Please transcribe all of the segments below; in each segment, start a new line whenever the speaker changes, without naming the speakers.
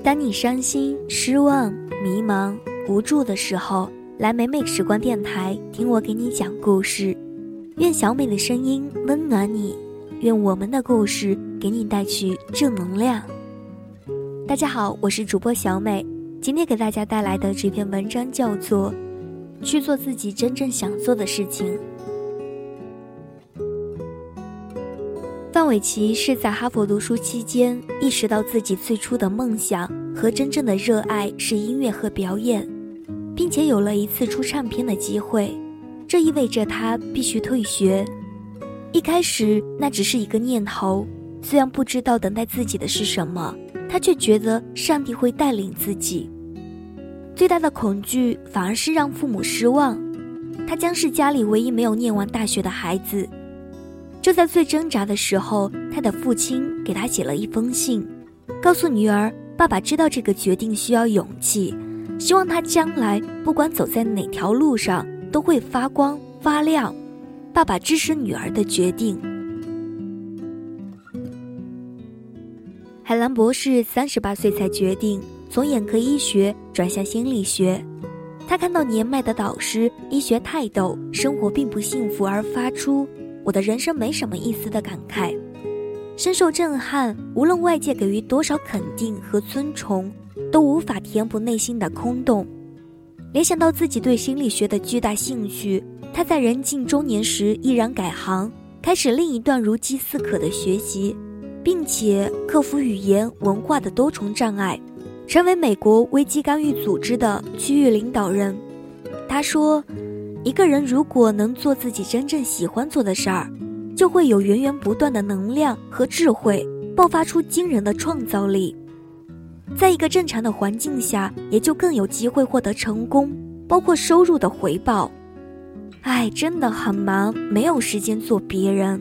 当你伤心、失望、迷茫、无助的时候，来美美时光电台，听我给你讲故事。愿小美的声音温暖你，愿我们的故事给你带去正能量。大家好，我是主播小美，今天给大家带来的这篇文章叫做去做自己真正想做的事情。范玮琪是在哈佛读书期间意识到自己最初的梦想和真正的热爱是音乐和表演，并且有了一次出唱片的机会，这意味着他必须退学。一开始那只是一个念头，虽然不知道等待自己的是什么，他却觉得上帝会带领自己。最大的恐惧反而是让父母失望，他将是家里唯一没有念完大学的孩子。就在最挣扎的时候，他的父亲给他写了一封信，告诉女儿，爸爸知道这个决定需要勇气，希望他将来不管走在哪条路上都会发光发亮，爸爸支持女儿的决定。海兰博士38岁才决定从眼科医学转向心理学，他看到年迈的导师医学泰斗生活并不幸福而发出我的人生没什么意思的感慨，深受震撼。无论外界给予多少肯定和尊崇，都无法填补内心的空洞。联想到自己对心理学的巨大兴趣，他在人近中年时毅然改行，开始另一段如饥似渴的学习，并且克服语言文化的多重障碍，成为美国危机干预组织的区域领导人。他说，一个人如果能做自己真正喜欢做的事儿，就会有源源不断的能量和智慧，爆发出惊人的创造力。在一个正常的环境下，也就更有机会获得成功，包括收入的回报。真的很忙，没有时间做别人。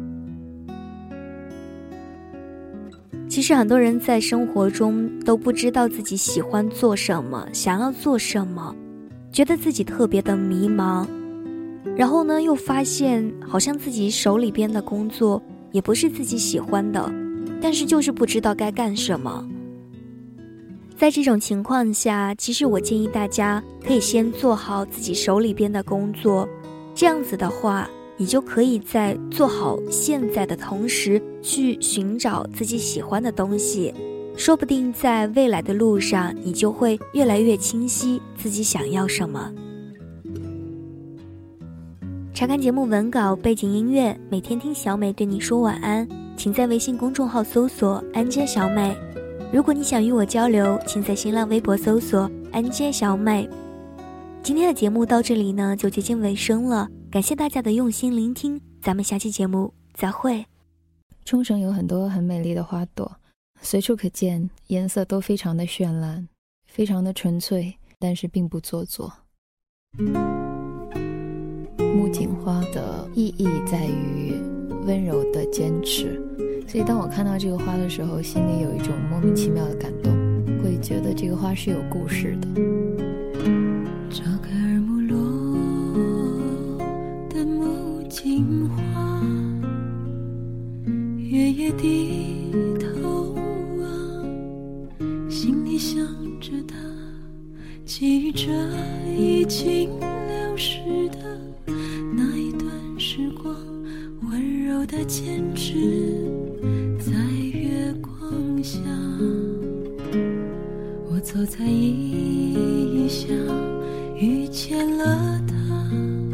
其实很多人在生活中都不知道自己喜欢做什么，想要做什么，觉得自己特别的迷茫，然后呢，又发现好像自己手里边的工作也不是自己喜欢的，但是就是不知道该干什么。在这种情况下，其实我建议大家可以先做好自己手里边的工作，这样子的话，你就可以在做好现在的同时去寻找自己喜欢的东西，说不定在未来的路上，你就会越来越清晰自己想要什么。查看节目文稿、背景音乐，每天听小美对你说晚安，请在微信公众号搜索安接小美。如果你想与我交流，请在新浪微博搜索安接小美。今天的节目到这里呢，就接近尾声了，感谢大家的用心聆听，咱们下期节目再会。
冲绳有很多很美丽的花朵，随处可见，颜色都非常的绚烂，非常的纯粹，但是并不做作。木槿花的意义在于温柔的坚持，所以当我看到这个花的时候，心里有一种莫名其妙的感动，会觉得这个花是有故事的。
扎克尔木落的木槿花，月夜低头啊，心里想着他，记忆着已经流逝的那一段时光，温柔的坚持在月光下。我走在异乡，遇见了他，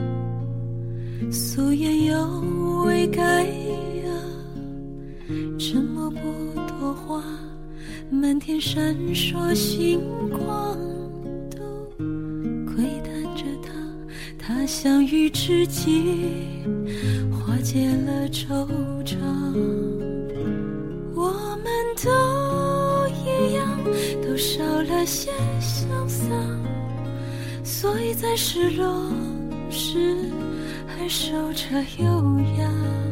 素颜又未改呀，沉默不多话，满天闪烁星光，都窥探着他，他相遇知己，化解了惆怅。我们都一样，都少了些潇洒，所以在失落时还守着优雅。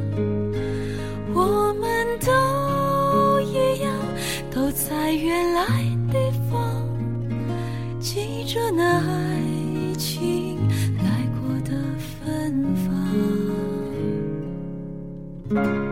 我们都一样，都在原来地方记忆着那爱情来过的芬芳。